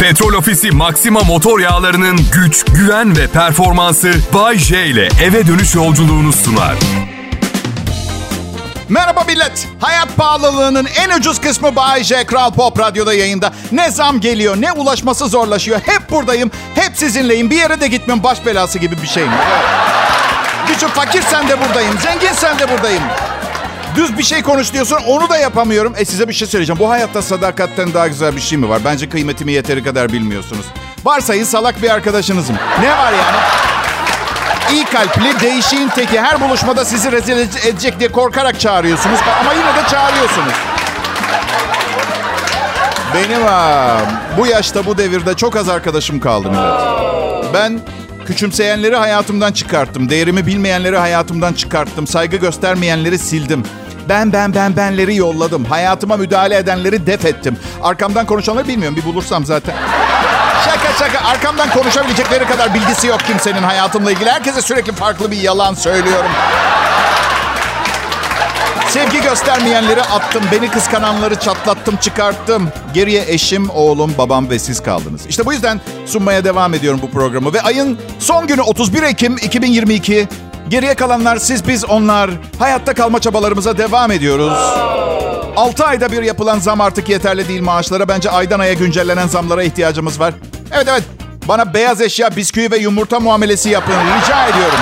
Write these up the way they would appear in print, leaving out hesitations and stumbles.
Petrol Ofisi Maxima motor yağlarının güç, güven ve performansı Bay J ile eve dönüş yolculuğunu sunar. Merhaba millet. Hayat pahalılığının en ucuz kısmı Bay J. Kral Pop Radyo'da yayında. Ne zam geliyor, ne ulaşması zorlaşıyor. Hep buradayım, hep sizinleyim. Bir yere de gitmem, baş belası gibi bir şeyim. Küçük fakirsen de buradayım, zenginsen de buradayım. Düz bir şey konuş diyorsun, onu da yapamıyorum. Size bir şey söyleyeceğim. Bu hayatta sadakatten daha güzel bir şey mi var? Bence kıymetimi yeteri kadar bilmiyorsunuz. Varsayın salak bir arkadaşınızım. Ne var yani? İyi kalpli, değişiğin teki. Her buluşmada sizi rezil edecek diye korkarak çağırıyorsunuz. Ama yine de çağırıyorsunuz. Benim bu yaşta, bu devirde çok az arkadaşım kaldı millet. Ben küçümseyenleri hayatımdan çıkarttım. Değerimi bilmeyenleri hayatımdan çıkarttım. Saygı göstermeyenleri sildim. Benleri yolladım. Hayatıma müdahale edenleri def ettim. Arkamdan konuşanları bilmiyorum. Bir bulursam zaten. Şaka. Arkamdan konuşabilecekleri kadar bilgisi yok kimsenin hayatımla ilgili. Herkese sürekli farklı bir yalan söylüyorum. Sevgi göstermeyenleri attım. Beni kıskananları çatlattım, çıkarttım. Geriye eşim, oğlum, babam ve siz kaldınız. İşte bu yüzden sunmaya devam ediyorum bu programı. Ve ayın son günü 31 Ekim 2022. Geriye kalanlar siz, biz, onlar. Hayatta kalma çabalarımıza devam ediyoruz. 6 ayda bir yapılan zam artık yeterli değil maaşlara. Bence aydan aya güncellenen zamlara ihtiyacımız var. Evet. Bana beyaz eşya, bisküvi ve yumurta muamelesi yapın. Rica ediyorum.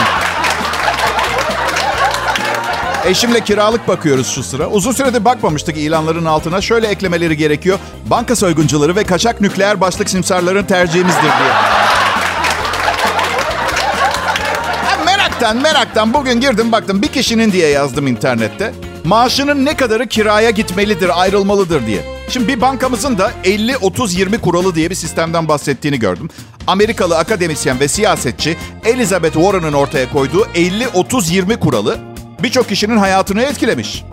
Eşimle kiralık bakıyoruz şu sıra. Uzun süredir bakmamıştık ilanların altına. Şöyle eklemeleri gerekiyor. Banka soyguncuları ve kaçak nükleer başlık simsarların tercihimizdir diye. Meraktan bugün girdim baktım. Bir kişinin diye yazdım internette. Maaşının ne kadarı kiraya gitmelidir, ayrılmalıdır diye. Şimdi bir bankamızın da 50-30-20 kuralı diye bir sistemden bahsettiğini gördüm. Amerikalı akademisyen ve siyasetçi Elizabeth Warren'ın ortaya koyduğu 50-30-20 kuralı birçok kişinin hayatını etkilemiş.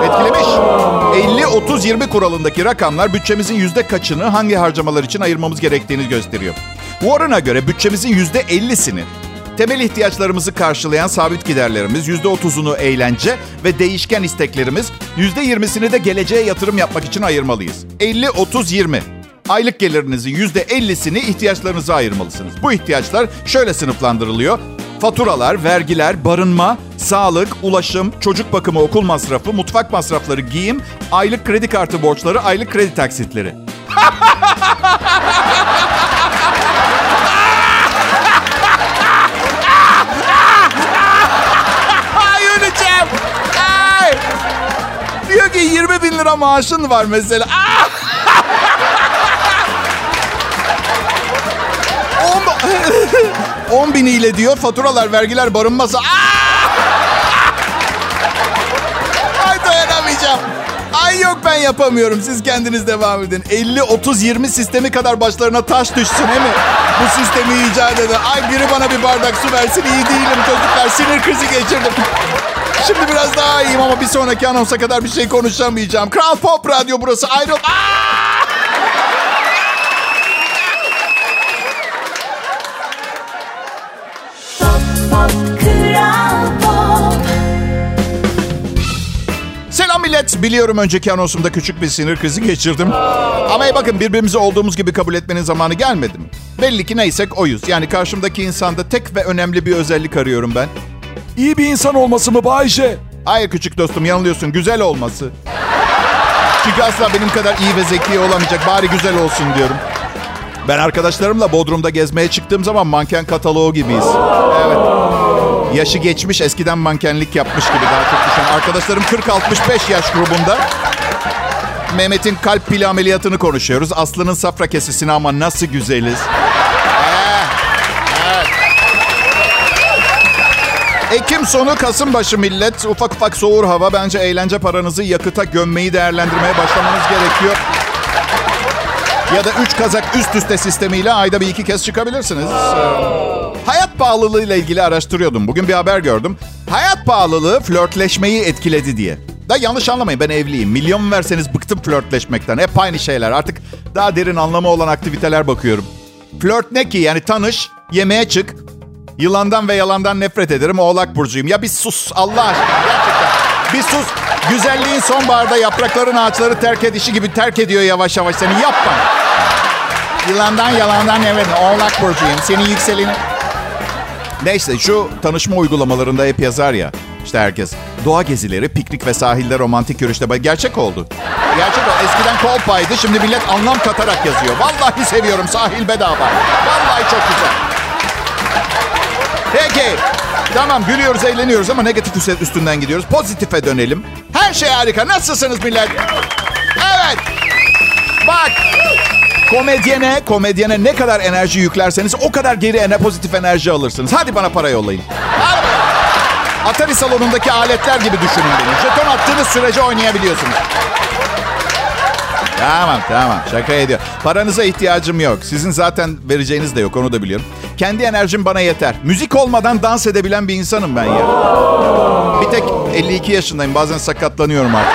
50-30-20 kuralındaki rakamlar bütçemizin yüzde kaçını hangi harcamalar için ayırmamız gerektiğini gösteriyor. Warren'a göre bütçemizin yüzde 50'sini temel ihtiyaçlarımızı karşılayan sabit giderlerimiz, %30'unu eğlence ve değişken isteklerimiz, %20'sini de geleceğe yatırım yapmak için ayırmalıyız. 50-30-20. Aylık gelirinizin %50'sini ihtiyaçlarınıza ayırmalısınız. Bu ihtiyaçlar şöyle sınıflandırılıyor. Faturalar, vergiler, barınma, sağlık, ulaşım, çocuk bakımı, okul masrafı, mutfak masrafları, giyim, aylık kredi kartı borçları, aylık kredi taksitleri. Diyor ki 20 bin lira maaşın var mesela. 10 biniyle diyor faturalar, vergiler, barınması. Ay dayanamayacağım. Ay yok ben yapamıyorum. Siz kendiniz devam edin. 50-30-20 sistemi kadar başlarına taş düşsün değil mi? Bu sistemi icat eden. Ay biri bana bir bardak su versin, iyi değilim çocuklar. Sinir krizi geçirdim. Şimdi biraz daha iyiyim ama bir sonraki anonsa kadar bir şey konuşamayacağım. Kral Pop Radyo burası. Ayrıl. Selam millet. Biliyorum önceki anonsumda küçük bir sinir krizi geçirdim. Ama bakın birbirimizi olduğumuz gibi kabul etmenin zamanı gelmedi mi? Belli ki neysek oyuz. Yani karşımdaki insanda tek ve önemli bir özellik arıyorum ben. İyi bir insan olması mı Bayşe? Hayır küçük dostum yanılıyorsun. Güzel olması. Çünkü asla benim kadar iyi ve zeki olamayacak. Bari güzel olsun diyorum. Ben arkadaşlarımla Bodrum'da gezmeye çıktığım zaman manken kataloğu gibiyiz. Evet. Yaşı geçmiş, eskiden mankenlik yapmış gibi daha çok düşün. Arkadaşlarım 40-65 yaş grubunda. Mehmet'in kalp pili ameliyatını konuşuyoruz. Aslı'nın safra kesesini ama nasıl güzeliz. Evet. Ekim sonu, Kasım başı millet. Ufak ufak soğur hava. Bence eğlence paranızı yakıta gömmeyi değerlendirmeye başlamanız gerekiyor. Ya da 3 kazak üst üste sistemiyle ayda bir 2 kez çıkabilirsiniz. Hayat pahalılığıyla ilgili araştırıyordum. Bugün bir haber gördüm. Hayat pahalılığı flörtleşmeyi etkiledi diye. Da yanlış anlamayın, ben evliyim. Milyon verseniz bıktım flörtleşmekten. Hep aynı şeyler. Artık daha derin anlamı olan aktiviteler bakıyorum. Flört ne ki? Yani tanış, yemeğe çık. Yılandan ve yalandan nefret ederim. Oğlak burcuyum. Ya bir sus Allah aşkına gerçekten. Bir sus. Güzelliğin sonbaharda yaprakların ağaçları terk edişi gibi terk ediyor yavaş yavaş seni. Yapma. Yılandan yalandan evet. Oğlak burcuyum. Senin yükseleni... Neyse şu tanışma uygulamalarında hep yazar ya. İşte herkes doğa gezileri, piknik ve sahilde romantik yürüyüşte gerçek oldu. Gerçek oldu. Eskiden kolpaydı. Şimdi millet anlam katarak yazıyor. Vallahi seviyorum, sahil bedava. Vallahi çok güzel. Peki. Tamam, gülüyoruz, eğleniyoruz ama negatif üstünden gidiyoruz. Pozitife dönelim. Her şey harika. Nasılsınız millet? Evet. Bak. Komedyene ne kadar enerji yüklerseniz o kadar geri pozitif enerji alırsınız. Hadi bana para yollayın. Hadi. Atari salonundaki aletler gibi düşünün beni. Jeton attığınız sürece oynayabiliyorsunuz. Tamam. Şaka ediyor. Paranıza ihtiyacım yok. Sizin zaten vereceğiniz de yok. Onu da biliyorum. Kendi enerjim bana yeter. Müzik olmadan dans edebilen bir insanım ben ya. Bir tek 52 yaşındayım. Bazen sakatlanıyorum artık.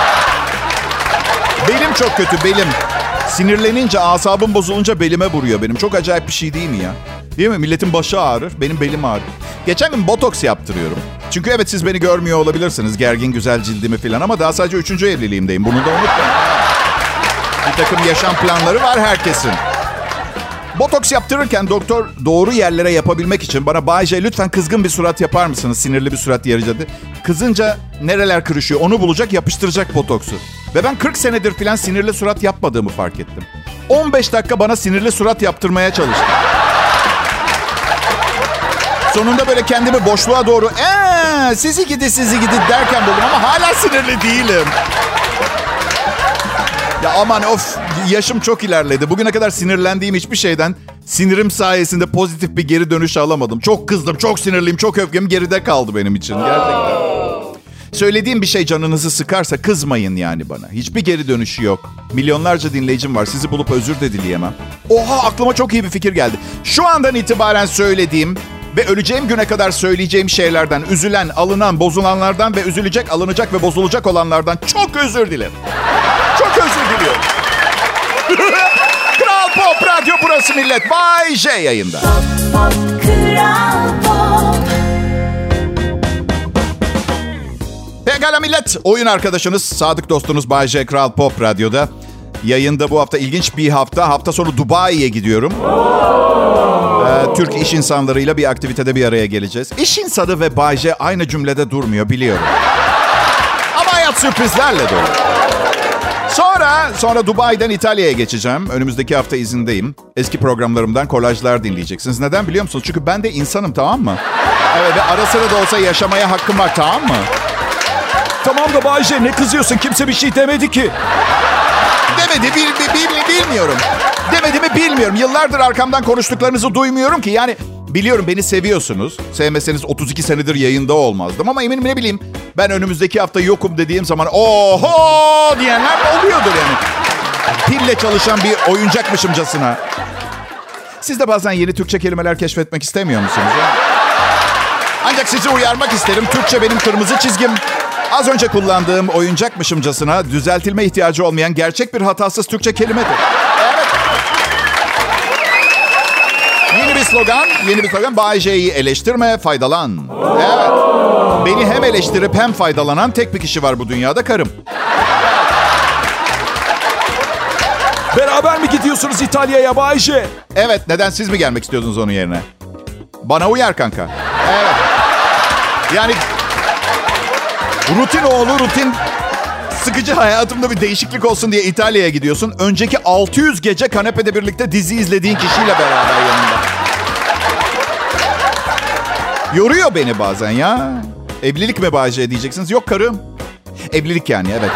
Belim çok kötü, belim. Sinirlenince, asabım bozulunca belime vuruyor benim. Çok acayip bir şey değil mi ya? Değil mi? Milletin başı ağrır, benim belim ağrır. Geçen gün botoks yaptırıyorum. Çünkü evet, siz beni görmüyor olabilirsiniz. Gergin güzel cildimi falan ama daha sadece 3. evliliğimdeyim. Bunu da unutmayın. Bir takım yaşam planları var herkesin. Botoks yaptırırken doktor doğru yerlere yapabilmek için bana Bay J lütfen kızgın bir surat yapar mısınız? Sinirli bir surat yarıcadı. Kızınca nereler kırışıyor onu bulacak, yapıştıracak botoksu. Ve ben 40 senedir falan sinirli surat yapmadığımı fark ettim. 15 dakika bana sinirli surat yaptırmaya çalıştı. Sonunda böyle kendimi boşluğa doğru sizi gidi derken buldum ama hala sinirli değilim. Ya aman of, yaşım çok ilerledi. Bugüne kadar sinirlendiğim hiçbir şeyden sinirim sayesinde pozitif bir geri dönüş alamadım. Çok kızdım, çok sinirliyim, çok öfkem geride kaldı benim için gerçekten. Söylediğim bir şey canınızı sıkarsa kızmayın yani bana. Hiçbir geri dönüşü yok. Milyonlarca dinleyicim var. Sizi bulup özür de dileyemem. Oha, aklıma çok iyi bir fikir geldi. Şu andan itibaren söylediğim ve öleceğim güne kadar söyleyeceğim şeylerden, üzülen, alınan, bozulanlardan ve üzülecek, alınacak ve bozulacak olanlardan çok özür dilerim. Çok özür diliyorum. Kral Pop Radyo burası millet. Bay J yayında. Pop, Kral Pop. Pekala millet. Oyun arkadaşınız, sadık dostunuz Bay J Kral Pop Radyo'da. Yayında bu hafta ilginç bir hafta. Hafta sonu Dubai'ye gidiyorum. Türk iş insanlarıyla bir aktivitede bir araya geleceğiz. İş insanı ve Bay J aynı cümlede durmuyor biliyorum. Ama hayat sürprizlerle dolu. Sonra Dubai'den İtalya'ya geçeceğim. Önümüzdeki hafta izindeyim. Eski programlarımdan kolajlar dinleyeceksiniz. Neden biliyor musunuz? Çünkü ben de insanım, tamam mı? Evet, ve ara sıra da olsa yaşamaya hakkım var, tamam mı? Tamam da Bay J, ne kızıyorsun? Kimse bir şey demedi ki. Demedi, bilmiyorum. Demedi mi bilmiyorum. Yıllardır arkamdan konuştuklarınızı duymuyorum ki. Yani biliyorum beni seviyorsunuz. Sevmeseniz 32 senedir yayında olmazdım. Ama eminim, ne bileyim, ben önümüzdeki hafta yokum dediğim zaman oho diyenler oluyordur yani. Pille çalışan bir oyuncakmışımcasına. Siz de bazen yeni Türkçe kelimeler keşfetmek istemiyor musunuz? Ya? Ancak sizi uyarmak isterim. Türkçe benim kırmızı çizgim. Az önce kullandığım oyuncakmışımcasına düzeltilme ihtiyacı olmayan gerçek bir hatasız Türkçe kelimedir. Evet. Yeni bir slogan. Bay J'yi eleştirme, faydalan. Evet. Beni hem eleştirip hem faydalanan tek bir kişi var bu dünyada, karım. Beraber mi gidiyorsunuz İtalya'ya Bay J? Evet, neden, siz mi gelmek istiyordunuz onun yerine? Bana uyar kanka. Evet. Yani rutin sıkıcı hayatımda bir değişiklik olsun diye İtalya'ya gidiyorsun. Önceki 600 gece kanepede birlikte dizi izlediğin kişiyle beraber yanında. Yoruyor beni bazen ya. Evlilik mi Bay J diyeceksiniz? Yok karım. Evlilik yani, evet.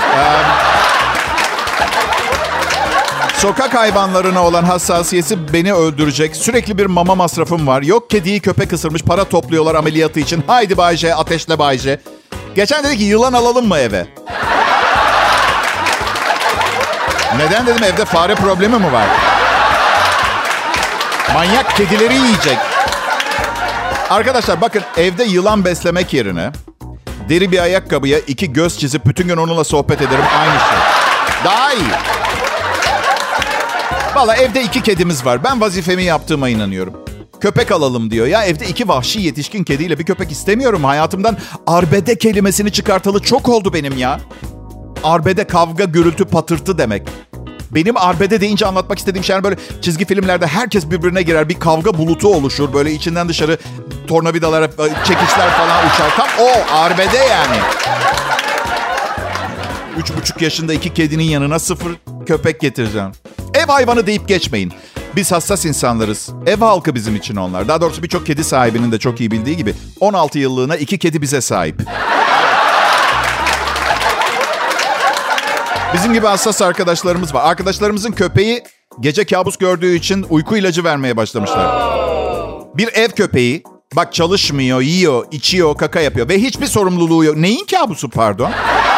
Sokak hayvanlarına olan hassasiyeti beni öldürecek. Sürekli bir mama masrafım var. Yok kediyi köpek ısırmış, para topluyorlar ameliyatı için. Haydi Bay J, ateşle Bay J. Geçen dedi ki yılan alalım mı eve? Neden dedim, evde fare problemi mi var? Manyak kedileri yiyecek. Arkadaşlar bakın, evde yılan beslemek yerine deri bir ayakkabıya 2 göz çizip bütün gün onunla sohbet ederim, aynı şey. Daha iyi. Valla evde 2 kedimiz var. Ben vazifemi yaptığıma inanıyorum. Köpek alalım diyor. Ya evde 2 vahşi yetişkin kediyle bir köpek istemiyorum. Hayatımdan arbede kelimesini çıkartalı çok oldu benim ya. Arbede kavga, gürültü, patırtı demek. Benim arbede deyince anlatmak istediğim şey böyle çizgi filmlerde herkes birbirine girer. Bir kavga bulutu oluşur. Böyle içinden dışarı tornavidalar, çekiçler falan uçar. Tam o arbede yani. 3,5 yaşında 2 kedinin yanına 0 köpek getireceğim. Ev hayvanı deyip geçmeyin. Biz hassas insanlarız. Ev halkı bizim için onlar. Daha doğrusu birçok kedi sahibinin de çok iyi bildiği gibi 16 yıllığına 2 kedi bize sahip. Bizim gibi hassas arkadaşlarımız var. Arkadaşlarımızın köpeği gece kabus gördüğü için uyku ilacı vermeye başlamışlar. Bir ev köpeği. Bak çalışmıyor, yiyor, içiyor, kaka yapıyor ve hiçbir sorumluluğu yok. Neyin kabusu pardon?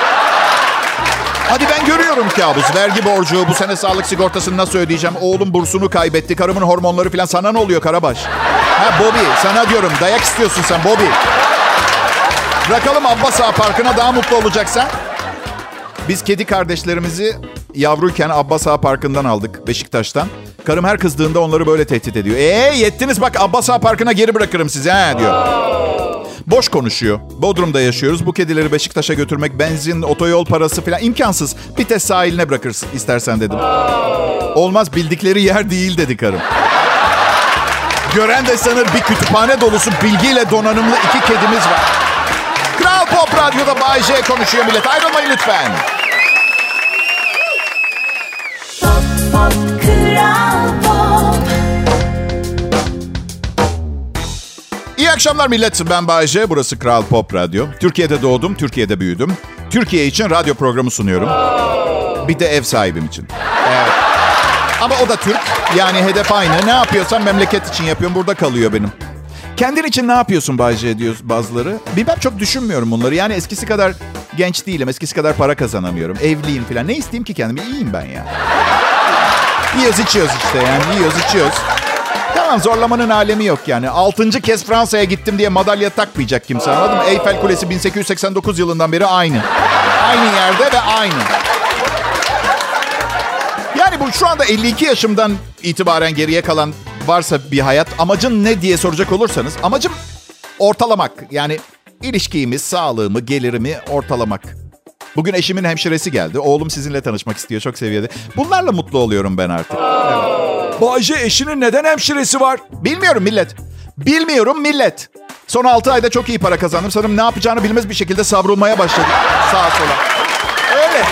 Hadi ben görüyorum kabus. Vergi borcu, bu sene sağlık sigortasını nasıl ödeyeceğim? Oğlum bursunu kaybetti, karımın hormonları falan. Sana ne oluyor Karabaş? Ha Bobby, sana diyorum dayak istiyorsun sen Bobby. Bırakalım Abbas Ağa Parkı'na, daha mutlu olacaksan. Biz kedi kardeşlerimizi yavruyken Abbas Ağa Parkı'ndan aldık, Beşiktaş'tan. Karım her kızdığında onları böyle tehdit ediyor. Yettiniz bak, Abbas Ağa Parkı'na geri bırakırım sizi ha diyor. Boş konuşuyor. Bodrum'da yaşıyoruz. Bu kedileri Beşiktaş'a götürmek, benzin, otoyol parası falan imkansız. Bites sahiline bırakırsın istersen dedim. Olmaz, bildikleri yer değil dedi karım. Gören de sanır bir kütüphane dolusu bilgiyle donanımlı 2 kedimiz var. Kral Pop Radyo'da Bay J konuşuyor millet. Ayrılmayın lütfen. Pop, pop, Kral Pop. İyi akşamlar millet. Ben Bay J. Burası Kral Pop Radyo. Türkiye'de doğdum, Türkiye'de büyüdüm. Türkiye için radyo programı sunuyorum. Bir de ev sahibim için. Evet. Ama o da Türk. Yani hedef aynı. Ne yapıyorsam memleket için yapıyorum. Burada kalıyor benim. Kendin için ne yapıyorsun Bay J diyor bazıları. Ben çok düşünmüyorum bunları. Yani eskisi kadar genç değilim. Eskisi kadar para kazanamıyorum. Evliyim falan. Ne isteyeyim ki kendime? İyiyim ben ya. Yiyoruz içiyoruz işte yani. Yiyoruz içiyoruz. Tamam, zorlamanın alemi yok yani. 6. kez Fransa'ya gittim diye madalya takmayacak kimse, anladın mı? Eyfel Kulesi 1889 yılından beri aynı. Aynı yerde ve aynı. Yani bu şu anda 52 yaşımdan itibaren geriye kalan varsa bir hayat, amacın ne diye soracak olursanız, amacım ortalamak. Yani ilişkimi, sağlığımı, gelirimi ortalamak. Bugün eşimin hemşiresi geldi. Oğlum sizinle tanışmak istiyor. Çok seviyede. Bunlarla mutlu oluyorum ben artık. Evet. Bay J, eşinin neden hemşiresi var? Bilmiyorum millet. Bilmiyorum millet. Son 6 ayda çok iyi para kazandım. Sanırım ne yapacağını bilmez bir şekilde savrulmaya başladım. Sağa sola. Öyle.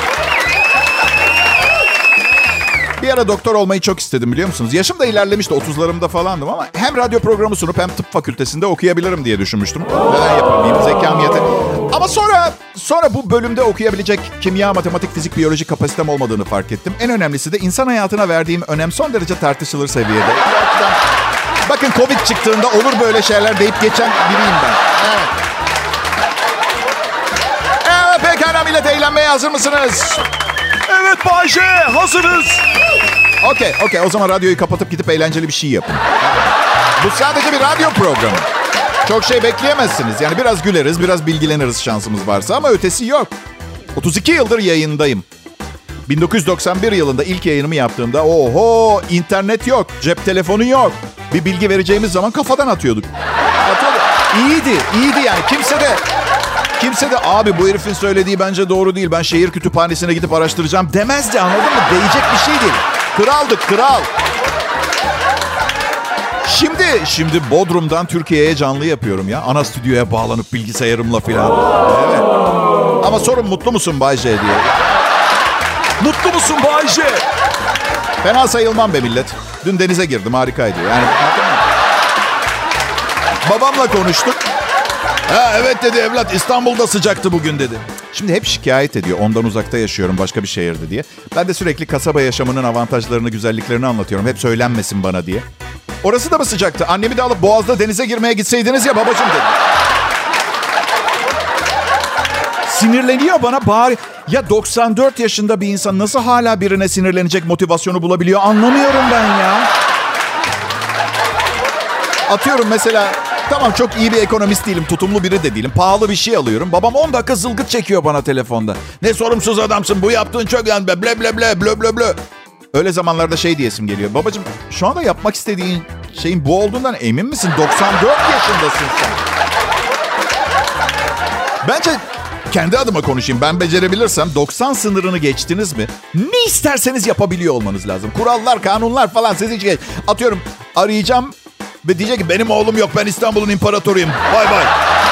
Bir ara doktor olmayı çok istedim, biliyor musunuz? Yaşım da ilerlemişti. 30'larımda falandım ama hem radyo programı sunup hem tıp fakültesinde okuyabilirim diye düşünmüştüm. Neden yapamayayım? Zekam yeter. Ama sonra bu bölümde okuyabilecek kimya, matematik, fizik, biyoloji kapasitem olmadığını fark ettim. En önemlisi de insan hayatına verdiğim önem son derece tartışılır seviyede. Bakın Covid çıktığında olur böyle şeyler deyip geçen biriyim ben. Evet. Evet pekala millet, eğlenmeye hazır mısınız? Evet Bay J, hazırız. Okey. O zaman radyoyu kapatıp gidip eğlenceli bir şey yapın. Bu sadece bir radyo programı. Çok şey bekleyemezsiniz. Yani biraz güleriz, biraz bilgileniriz şansımız varsa ama ötesi yok. 32 yıldır yayındayım. 1991 yılında ilk yayınımı yaptığımda internet yok, cep telefonu yok. Bir bilgi vereceğimiz zaman kafadan atıyorduk. İyiydi yani. Kimse de abi bu herifin söylediği bence doğru değil, ben şehir kütüphanesine gidip araştıracağım demezdi, anladın mı? Değecek bir şey değil. Kraldık, kral. Şimdi Bodrum'dan Türkiye'ye canlı yapıyorum ya. Ana stüdyoya bağlanıp bilgisayarımla falan. Evet. Ama sorun mutlu musun Bay J diye. Mutlu musun Bay J? Fena sayılmam be millet. Dün denize girdim, harikaydı. Yani babamla konuştuk. Ha evet dedi, evlat İstanbul'da sıcaktı bugün dedi. Şimdi hep şikayet ediyor. Ondan uzakta yaşıyorum, başka bir şehirde diye. Ben de sürekli kasaba yaşamının avantajlarını, güzelliklerini anlatıyorum. Hep söylenmesin bana diye. Orası da mı sıcaktı? Annemi de alıp Boğaz'da denize girmeye gitseydiniz ya babacığım dedi. Sinirleniyor bana, bağır. Ya 94 yaşında bir insan nasıl hala birine sinirlenecek motivasyonu bulabiliyor, anlamıyorum ben ya. Atıyorum mesela, tamam çok iyi bir ekonomist değilim, tutumlu biri de değilim. Pahalı bir şey alıyorum. Babam 10 dakika zılgıt çekiyor bana telefonda. Ne sorumsuz adamsın, bu yaptığın çok yani ble ble ble ble ble ble. Öyle zamanlarda şey diyesim geliyor. Babacığım şu anda yapmak istediğin şeyin bu olduğundan emin misin? 94 yaşındasın sen. Kendi adıma konuşayım. Ben becerebilirsem 90 sınırını geçtiniz mi? Ne isterseniz yapabiliyor olmanız lazım. Kurallar, kanunlar falan sizi hiç atıyorum arayacağım ve diyecek ki benim oğlum yok, ben İstanbul'un imparatoruyum. Bay bay.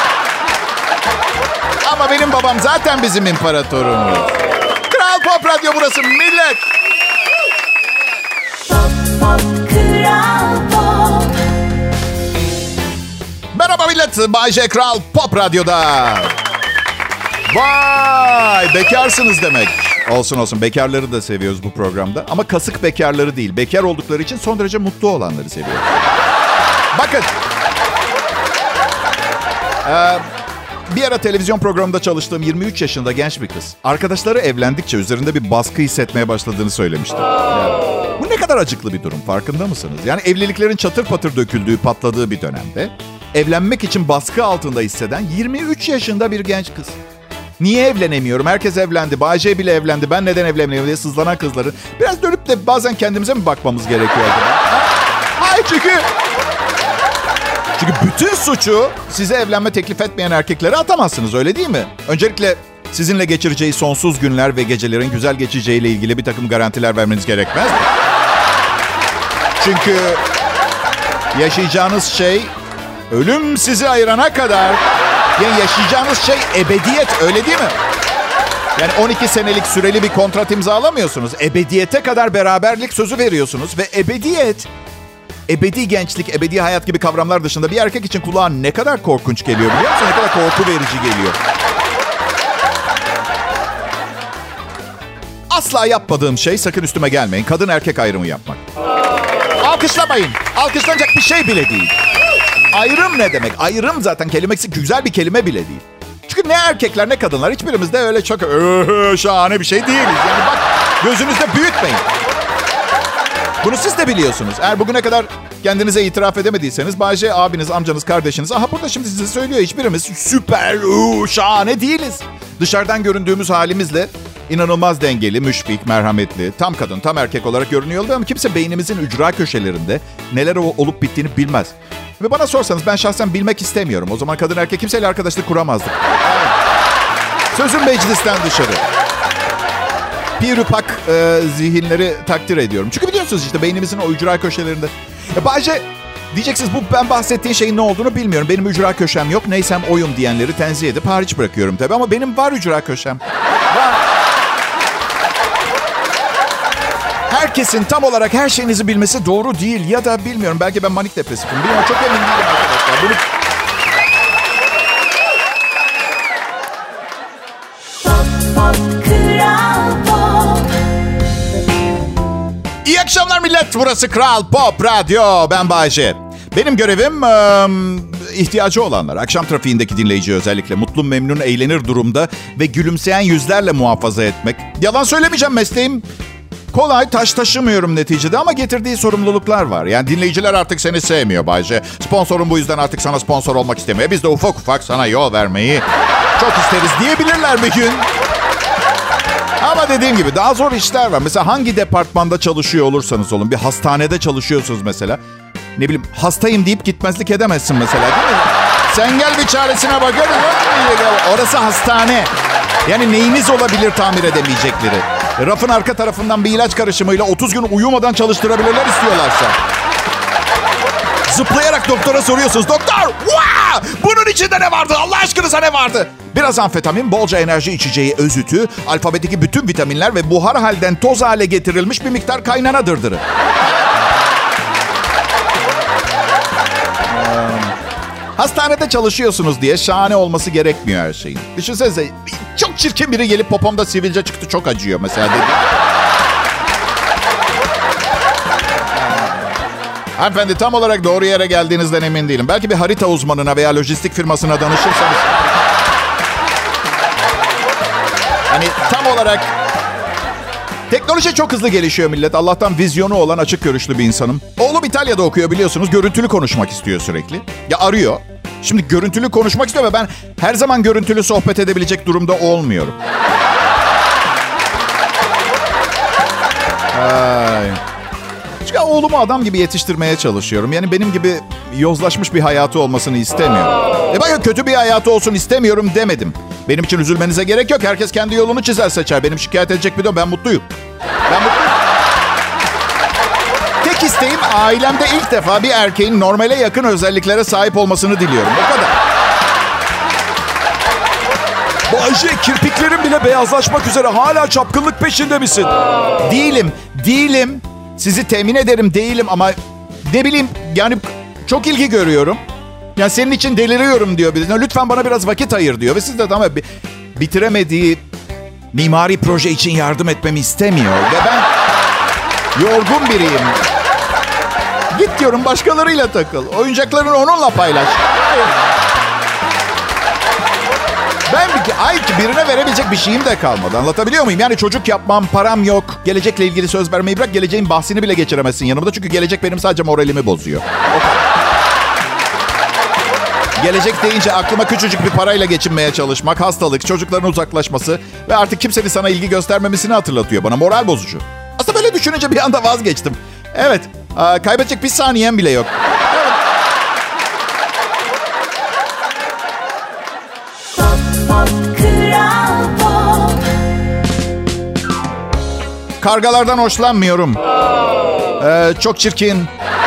Ama benim babam zaten bizim imparatorumuz. Kral Pop Radyo burası millet. Kral Pop. Merhaba millet. Bay J Kral Pop Radyo'da. Vay, bekarsınız demek. Olsun. Bekarları da seviyoruz bu programda. Ama kasık bekarları değil. Bekar oldukları için son derece mutlu olanları seviyoruz. Bakın. Bir ara televizyon programında çalıştığım 23 yaşında genç bir kız. Arkadaşları evlendikçe üzerinde bir baskı hissetmeye başladığını söylemişti. Yani, bu ne kadar acıklı bir durum, farkında mısınız? Yani evliliklerin çatır patır döküldüğü, patladığı bir dönemde evlenmek için baskı altında hisseden 23 yaşında bir genç kız. Niye evlenemiyorum? Herkes evlendi. Bay J bile evlendi. Ben neden evlenemiyorum diye sızlanan kızları. Biraz dönüp de bazen kendimize mi bakmamız gerekiyor acaba? Hayır, çünkü bütün suçu size evlenme teklif etmeyen erkeklere atamazsınız, öyle değil mi? Öncelikle sizinle geçireceği sonsuz günler ve gecelerin güzel geçeceğiyle ilgili bir takım garantiler vermeniz gerekmez mi? Çünkü yaşayacağınız şey ölüm sizi ayırana kadar, yani yaşayacağınız şey ebediyet, öyle değil mi? Yani 12 senelik süreli bir kontrat imzalamıyorsunuz. Ebediyete kadar beraberlik sözü veriyorsunuz ve ebedi gençlik, ebedi hayat gibi kavramlar dışında bir erkek için kulağa ne kadar korkunç geliyor biliyor musun? Ne kadar korku verici geliyor. Asla yapmadığım şey, sakın üstüme gelmeyin, kadın erkek ayrımı yapmak. Alkışlamayın. Alkışlanacak bir şey bile değil. Ayrım ne demek? Ayrım zaten kelimesi güzel bir kelime bile değil. Çünkü ne erkekler ne kadınlar, hiçbirimiz de öyle çok şahane bir şey değiliz. Yani bak, gözünüzde büyütmeyin. Bunu siz de biliyorsunuz. Eğer bugüne kadar kendinize itiraf edemediyseniz Bay J, abiniz, amcanız, kardeşiniz, aha burada şimdi size söylüyor. Hiçbirimiz süper, şahane değiliz. Dışarıdan göründüğümüz halimizle inanılmaz dengeli, müşfik, merhametli, tam kadın, tam erkek olarak görünüyor ama kimse beynimizin ücra köşelerinde neler olup bittiğini bilmez. Ve bana sorsanız ben şahsen bilmek istemiyorum. O zaman kadın erkek kimseyle arkadaşlık kuramazdık. Sözüm meclisten dışarı. Pirupak zihinleri takdir ediyorum. Çünkü biliyorsunuz işte beynimizin o ücra köşelerinde. Bay J, diyeceksiniz bu ben bahsettiğin şeyin ne olduğunu bilmiyorum. Benim ücra köşem yok. Neysem oyum diyenleri tenzih edip hariç bırakıyorum tabii. Ama benim var ücra köşem. Var. Herkesin tam olarak her şeyinizi bilmesi doğru değil. Ya da bilmiyorum, belki ben manik depresifim. Bilmiyorum, çok emin değilim arkadaşlar. Bunu... İyi akşamlar millet. Burası Kral Pop Radyo. Ben Bay J. Benim görevim ihtiyacı olanlar, akşam trafiğindeki dinleyici özellikle mutlu, memnun, eğlenir durumda ve gülümseyen yüzlerle muhafaza etmek. Yalan söylemeyeceğim, mesleğim kolay, taş taşımıyorum neticede ama getirdiği sorumluluklar var. Yani dinleyiciler artık seni sevmiyor Bay J. Sponsorun bu yüzden artık sana sponsor olmak istemiyor. Biz de ufak ufak sana yol vermeyi çok isteriz diyebilirler bir gün. Ama dediğim gibi daha zor işler var. Mesela hangi departmanda çalışıyor olursanız olun. Bir hastanede çalışıyorsunuz mesela. Ne bileyim, hastayım deyip gitmezlik edemezsin mesela, değil mi? Sen gel bir çaresine bakarız. Orası hastane. Yani neyiniz olabilir tamir edemeyecekleri? Rafın arka tarafından bir ilaç karışımıyla 30 gün uyumadan çalıştırabilirler istiyorlarsa. Zıplayarak doktora soruyorsunuz. Doktor! Vaa! Bunun içinde ne vardı? Allah aşkınıza ne vardı? Biraz amfetamin, bolca enerji içeceği özütü, alfabedeki bütün vitaminler ve buhar halden toz hale getirilmiş bir miktar kaynana dırdırı. Hastanede çalışıyorsunuz diye şahane olması gerekmiyor her şeyin. Düşünsenize, çok çirkin biri gelip popomda sivilce çıktı çok acıyor mesela dedi. Hanımefendi, tam olarak doğru yere geldiğinizden emin değilim. Belki bir harita uzmanına veya lojistik firmasına danışırsanız. Hani tam olarak... Teknoloji çok hızlı gelişiyor millet. Allah'tan vizyonu olan, açık görüşlü bir insanım. Oğlum İtalya'da okuyor biliyorsunuz. Görüntülü konuşmak istiyor sürekli. Ya arıyor. Şimdi görüntülü konuşmak istiyor ve ben her zaman görüntülü sohbet edebilecek durumda olmuyorum. Çünkü oğlumu adam gibi yetiştirmeye çalışıyorum. Yani benim gibi yozlaşmış bir hayatı olmasını istemiyorum. Bakın, kötü bir hayatı olsun istemiyorum demedim. Benim için üzülmenize gerek yok. Herkes kendi yolunu çizer, seçer. Benim şikayet edecek bir de ben mutluyum. Tek isteğim ailemde ilk defa bir erkeğin normale yakın özelliklere sahip olmasını diliyorum. O kadar. Bayce, kirpiklerin bile beyazlaşmak üzere. Hala çapkınlık peşinde misin? Değilim. Sizi temin ederim değilim ama ne bileyim yani çok ilgi görüyorum. Yani senin için deliriyorum diyor birisi. Lütfen bana biraz vakit ayır diyor. Ve siz de tamam bitiremediği mimari proje için yardım etmemi istemiyor. Ve ben yorgun biriyim. Git diyorum, başkalarıyla takıl. Oyuncaklarını onunla paylaş. Hayır. Ben birine verebilecek bir şeyim de kalmadı. Anlatabiliyor muyum? Yani çocuk yapmam, param yok. Gelecekle ilgili söz vermeyi bırak. Geleceğin bahsini bile geçiremezsin yanımda. Çünkü gelecek benim sadece moralimi bozuyor. Gelecek deyince aklıma küçücük bir parayla geçinmeye çalışmak, hastalık, çocukların uzaklaşması ve artık kimsenin sana ilgi göstermemesini hatırlatıyor bana. Moral bozucu. Aslında böyle düşününce bir anda vazgeçtim. Evet, kaybedecek bir saniyem bile yok. Kargalardan hoşlanmıyorum. Çok çirkin.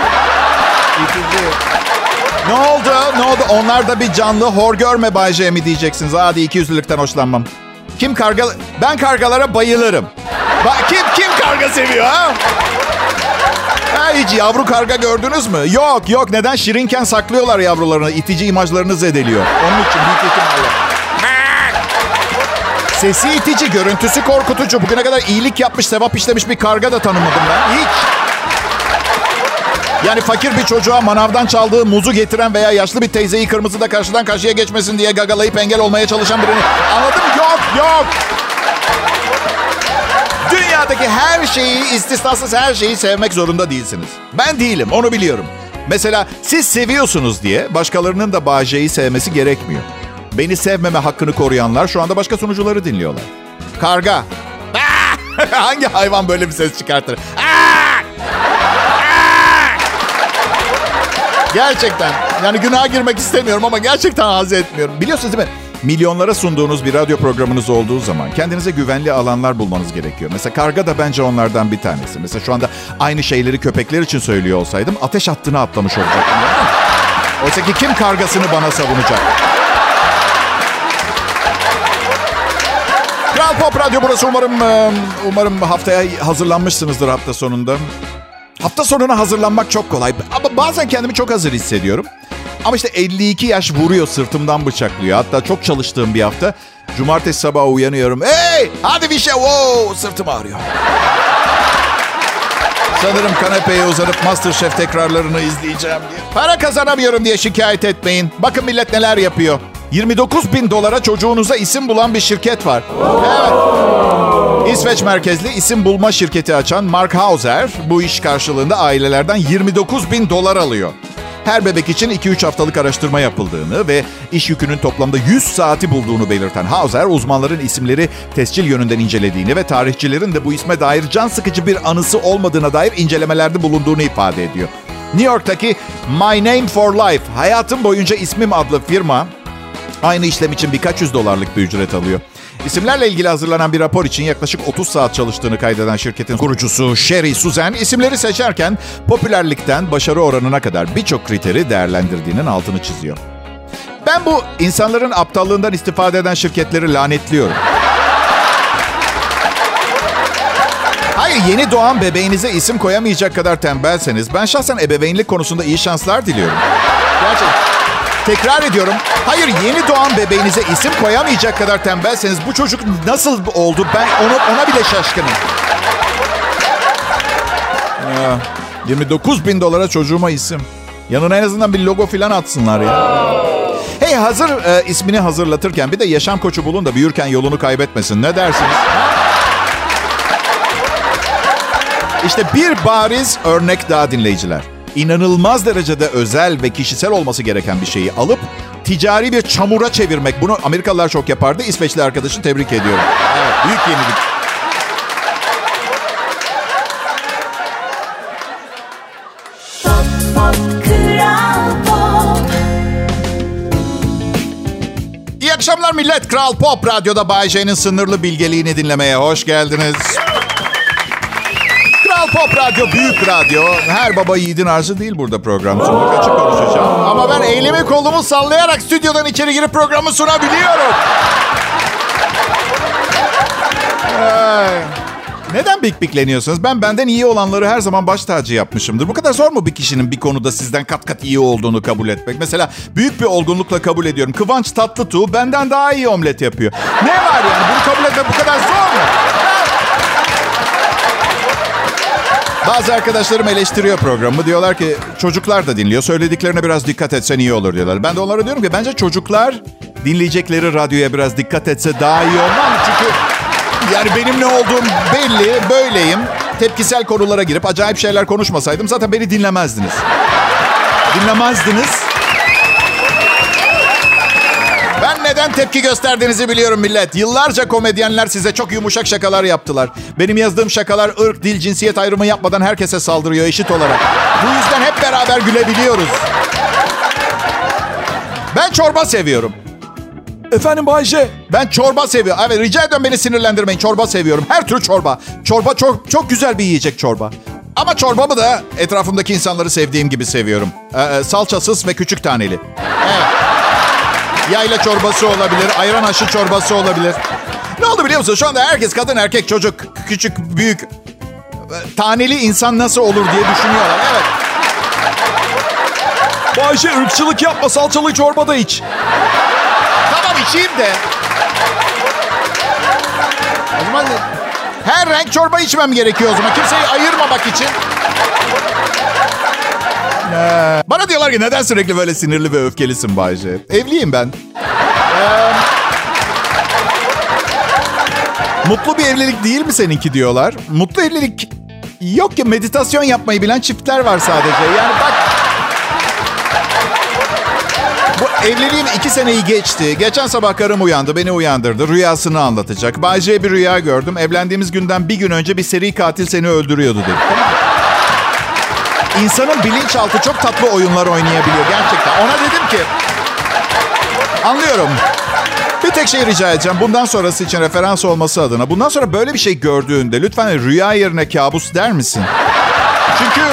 Ne oldu? Onlar da bir canlı. Hor görme Bay J mi diyeceksiniz? Hadi ikiyüzlülükten hoşlanmam. Ben kargalara bayılırım. Kim karga seviyor ha? Hiç yavru karga gördünüz mü? Yok. Neden? Şirinken saklıyorlar yavrularını. İtici imajlarını zedeliyor. Onun için büyük ihtimalle. Sesi itici, görüntüsü korkutucu. Bugüne kadar iyilik yapmış, sevap işlemiş bir karga da tanımadım ben. Hiç. Yani fakir bir çocuğa manavdan çaldığı muzu getiren veya yaşlı bir teyzeyi kırmızıda karşıdan karşıya geçmesin diye gagalayıp engel olmaya çalışan birini anladın mı? Yok. Dünyadaki her şeyi, istisnasız her şeyi sevmek zorunda değilsiniz. Ben değilim, onu biliyorum. Mesela siz seviyorsunuz diye başkalarının da Bay J'yi sevmesi gerekmiyor. Beni sevmeme hakkını koruyanlar şu anda başka sunucuları dinliyorlar. Karga. Hangi hayvan böyle bir ses çıkartır? Gerçekten. Yani günaha girmek istemiyorum ama gerçekten haz etmiyorum. Biliyorsunuz değil mi? Milyonlara sunduğunuz bir radyo programınız olduğu zaman kendinize güvenli alanlar bulmanız gerekiyor. Mesela karga da bence onlardan bir tanesi. Mesela şu anda aynı şeyleri köpekler için söylüyor olsaydım ateş hattına atlamış olacaktım. Oysa ki kim kargasını bana savunacak? Kral Pop Radyo burası. Umarım haftaya hazırlanmışsınızdır hafta sonunda. Hafta sonuna hazırlanmak çok kolay. Ama bazen kendimi çok hazır hissediyorum. Ama işte 52 yaş vuruyor, sırtımdan bıçaklıyor. Hatta çok çalıştığım bir hafta. Cumartesi sabahı uyanıyorum. Hey! Hadi bir şey. Wow! Sırtım ağrıyor. Sanırım kanepeye uzanıp MasterChef tekrarlarını izleyeceğim diye. Para kazanamıyorum diye şikayet etmeyin. Bakın millet neler yapıyor. $29.000 çocuğunuza isim bulan bir şirket var. Evet. İsveç merkezli isim bulma şirketi açan Mark Hauser bu iş karşılığında ailelerden $29.000 alıyor. Her bebek için 2-3 haftalık araştırma yapıldığını ve iş yükünün toplamda 100 saati bulduğunu belirten Hauser, uzmanların isimleri tescil yönünden incelediğini ve tarihçilerin de bu isme dair can sıkıcı bir anısı olmadığına dair incelemelerde bulunduğunu ifade ediyor. New York'taki My Name for Life, hayatım boyunca ismim adlı firma, aynı işlem için birkaç $100'lık bir ücret alıyor. İsimlerle ilgili hazırlanan bir rapor için yaklaşık 30 saat çalıştığını kaydeden şirketin kurucusu Sherry Suzan, isimleri seçerken popülerlikten başarı oranına kadar birçok kriteri değerlendirdiğinin altını çiziyor. Ben bu insanların aptallığından istifade eden şirketleri lanetliyorum. Hayır, yeni doğan bebeğinize isim koyamayacak kadar tembelseniz ben şahsen ebeveynlik konusunda iyi şanslar diliyorum. Gerçekten. Tekrar ediyorum. Hayır, yeni doğan bebeğinize isim koyamayacak kadar tembelseniz bu çocuk nasıl oldu? Ben ona bile şaşkınım. $29.000 çocuğuma isim. Yanına en azından bir logo falan atsınlar ya. Hey, hazır ismini hazırlatırken bir de yaşam koçu bulun da büyürken yolunu kaybetmesin. Ne dersiniz? İşte bir bariz örnek daha dinleyiciler. İnanılmaz derecede özel ve kişisel olması gereken bir şeyi alıp ticari bir çamura çevirmek. Bunu Amerikalılar çok yapardı. İsveçli arkadaşı tebrik ediyorum. Evet, büyük yenilik. akşamlar millet. Kral Pop Radyo'da Bay J'nin sınırlı bilgeliğini dinlemeye hoş geldiniz. Kral Pop Radyo büyük radyo. Her baba yiğidin arzı değil burada program sunmak. Açık konuşacağım. Ama ben elimi kolumu sallayarak stüdyodan içeri girip programı sunabiliyorum. Neden bikbikleniyorsunuz? Ben benden iyi olanları her zaman baş tacı yapmışımdır. Bu kadar zor mu bir kişinin bir konuda sizden kat kat iyi olduğunu kabul etmek? Mesela büyük bir olgunlukla kabul ediyorum. Kıvanç Tatlıtuğ benden daha iyi omlet yapıyor. Ne var yani? Bunu kabul etmek bu kadar zor mu? Bazı arkadaşlarım eleştiriyor programı. Diyorlar ki çocuklar da dinliyor. Söylediklerine biraz dikkat etsen iyi olur diyorlar. Ben de onlara diyorum ki bence çocuklar dinleyecekleri radyoya biraz dikkat etse daha iyi olmaz mı? Çünkü yani benim ne olduğum belli, böyleyim. Tepkisel konulara girip acayip şeyler konuşmasaydım zaten beni dinlemezdiniz. Ben neden tepki gösterdiğinizi biliyorum millet. Yıllarca komedyenler size çok yumuşak şakalar yaptılar. Benim yazdığım şakalar ırk, dil, cinsiyet ayrımı yapmadan herkese saldırıyor eşit olarak. Bu yüzden hep beraber gülebiliyoruz. Ben çorba seviyorum. Efendim Bay J. Ben çorba seviyorum. Evet, rica ediyorum beni sinirlendirmeyin. Çorba seviyorum. Her tür çorba. Çorba çok güzel bir yiyecek çorba. Ama çorbamı da etrafımdaki insanları sevdiğim gibi seviyorum. Salçasız ve küçük taneli. Evet. Yayla çorbası olabilir. Ayran aşı çorbası olabilir. Ne oldu biliyor musun? Şu anda herkes kadın, erkek, çocuk, küçük, büyük, taneli insan nasıl olur diye düşünüyorlar. Evet. Bay J ırkçılık yapma, salçalı çorba da iç. Tamam içeyim de. O zaman her renk çorba içmem gerekiyor o zaman. Kimseyi ayırmamak için. Bana diyorlar ki neden sürekli böyle sinirli ve öfkelisin Bayce? Evliyim ben. Mutlu bir evlilik değil mi seninki diyorlar. Mutlu evlilik yok ki, meditasyon yapmayı bilen çiftler var sadece. Yani bak. Bu evliliğim 2 seneyi geçti. Geçen sabah karım uyandı, beni uyandırdı. Rüyasını anlatacak. Bay J bir rüya gördüm. Evlendiğimiz günden bir gün önce bir seri katil seni öldürüyordu dedi. İnsanın bilinçaltı çok tatlı oyunlar oynayabiliyor gerçekten. Ona dedim ki, anlıyorum. Bir tek şey rica edeceğim. Bundan sonrası için referans olması adına. Bundan sonra böyle bir şey gördüğünde lütfen rüya yerine kabus der misin? Çünkü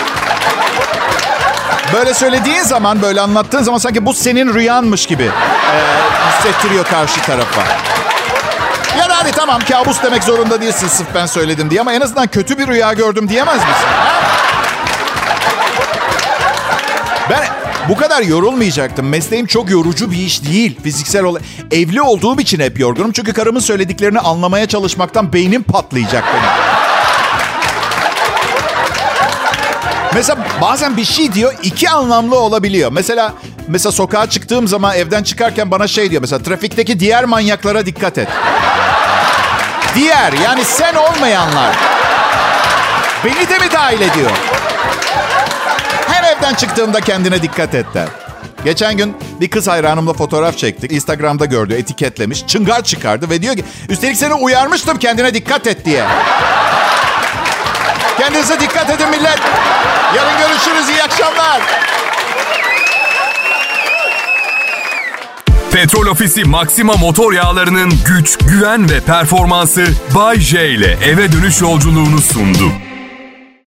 böyle söylediğin zaman, böyle anlattığın zaman sanki bu senin rüyanmış gibi hissettiriyor karşı tarafa. Ya da hadi tamam, kabus demek zorunda değilsin sırf ben söyledim diye, ama en azından kötü bir rüya gördüm diyemez misin? Ben bu kadar yorulmayacaktım. Mesleğim çok yorucu bir iş değil. Fiziksel olarak. Evli olduğum için hep yorgunum. Çünkü karımın söylediklerini anlamaya çalışmaktan beynim patlayacak benim. Mesela bazen bir şey diyor, 2 anlamlı olabiliyor. Mesela sokağa çıktığım zaman evden çıkarken bana şey diyor. Mesela trafikteki diğer manyaklara dikkat et. Diğer, yani sen olmayanlar. Beni de mi dahil ediyor? Her evden çıktığımda kendine dikkat et der. Geçen gün bir kız hayranımla fotoğraf çektik. Instagram'da gördü, etiketlemiş. Çıngar çıkardı ve diyor ki, üstelik seni uyarmıştım kendine dikkat et diye. Kendinize dikkat edin millet. Yarın görüşürüz. İyi akşamlar. Petrol Ofisi Maxima motor yağlarının güç, güven ve performansı Bay J ile eve dönüş yolculuğunu sundu.